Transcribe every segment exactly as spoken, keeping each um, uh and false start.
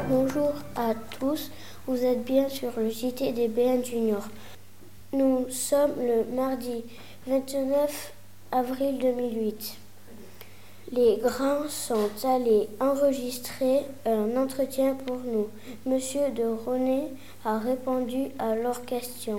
Bonjour à tous, vous êtes bien sur le J T des B N Junior. Nous sommes le mardi vingt-neuf avril deux mille huit. Les grands sont allés enregistrer un entretien pour nous. Monsieur de Ronet a répondu à leurs questions.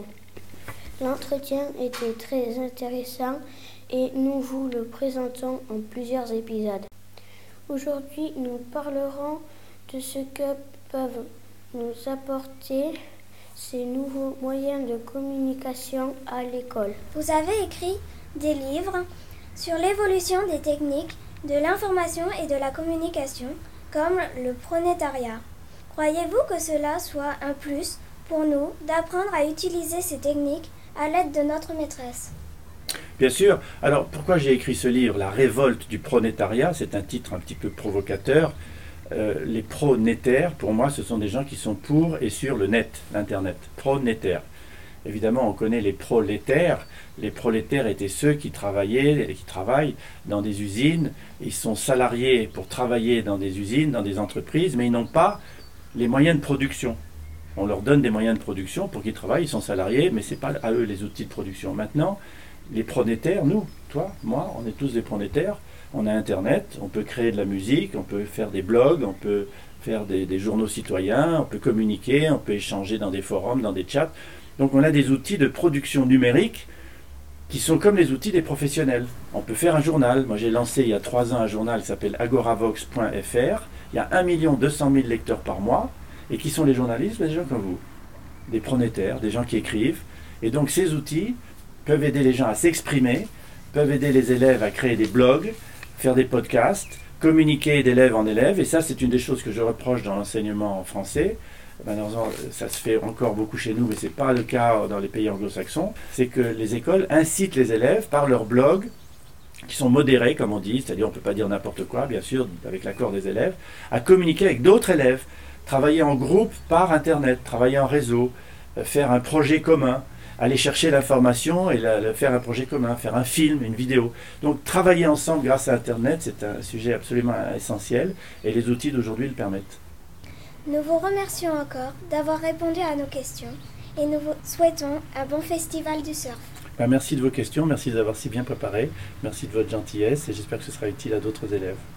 L'entretien était très intéressant et nous vous le présentons en plusieurs épisodes. Aujourd'hui, nous parlerons de ce que peuvent nous apporter ces nouveaux moyens de communication à l'école. Vous avez écrit des livres sur l'évolution des techniques de l'information et de la communication, comme le pronétariat. Croyez-vous que cela soit un plus pour nous d'apprendre à utiliser ces techniques à l'aide de notre maîtresse? Bien sûr. Alors, pourquoi j'ai écrit ce livre, La révolte du pronétariat? C'est un titre un petit peu provocateur. Euh, les pronétaires, pour moi, ce sont des gens qui sont pour et sur le net, l'Internet. Pronétaires. Évidemment, on connaît les prolétaires. Les prolétaires étaient ceux qui travaillaient, qui travaillent dans des usines. Ils sont salariés pour travailler dans des usines, dans des entreprises, mais ils n'ont pas les moyens de production. On leur donne des moyens de production pour qu'ils travaillent, ils sont salariés, mais ce n'est pas à eux les outils de production. Maintenant, les pronétaires, nous, toi, moi, on est tous des pronétaires. On a Internet, on peut créer de la musique, on peut faire des blogs, on peut faire des, des journaux citoyens, on peut communiquer, on peut échanger dans des forums, dans des chats. Donc on a des outils de production numérique qui sont comme les outils des professionnels. On peut faire un journal. Moi j'ai lancé il y a trois ans un journal qui s'appelle agoravox point f r. Il y a un million deux cent mille lecteurs par mois. Et qui sont les journalistes? Des gens comme vous. Des pronétaires, des gens qui écrivent. Et donc ces outils peuvent aider les gens à s'exprimer, peuvent aider les élèves à créer des blogs, faire des podcasts, communiquer d'élève en élève. Et ça, c'est une des choses que je reproche dans l'enseignement français. Malheureusement, ça se fait encore beaucoup chez nous, mais ce n'est pas le cas dans les pays anglo-saxons. C'est que les écoles incitent les élèves par leurs blogs, qui sont modérés, comme on dit, c'est-à-dire on ne peut pas dire n'importe quoi, bien sûr, avec l'accord des élèves, à communiquer avec d'autres élèves, travailler en groupe par Internet, travailler en réseau, faire un projet commun, aller chercher l'information et la, la, faire un projet commun, faire un film, une vidéo. Donc travailler ensemble grâce à Internet, c'est un sujet absolument essentiel et les outils d'aujourd'hui le permettent. Nous vous remercions encore d'avoir répondu à nos questions et nous vous souhaitons un bon festival du surf. Ben, merci de vos questions, merci d'avoir si bien préparé, merci de votre gentillesse et j'espère que ce sera utile à d'autres élèves.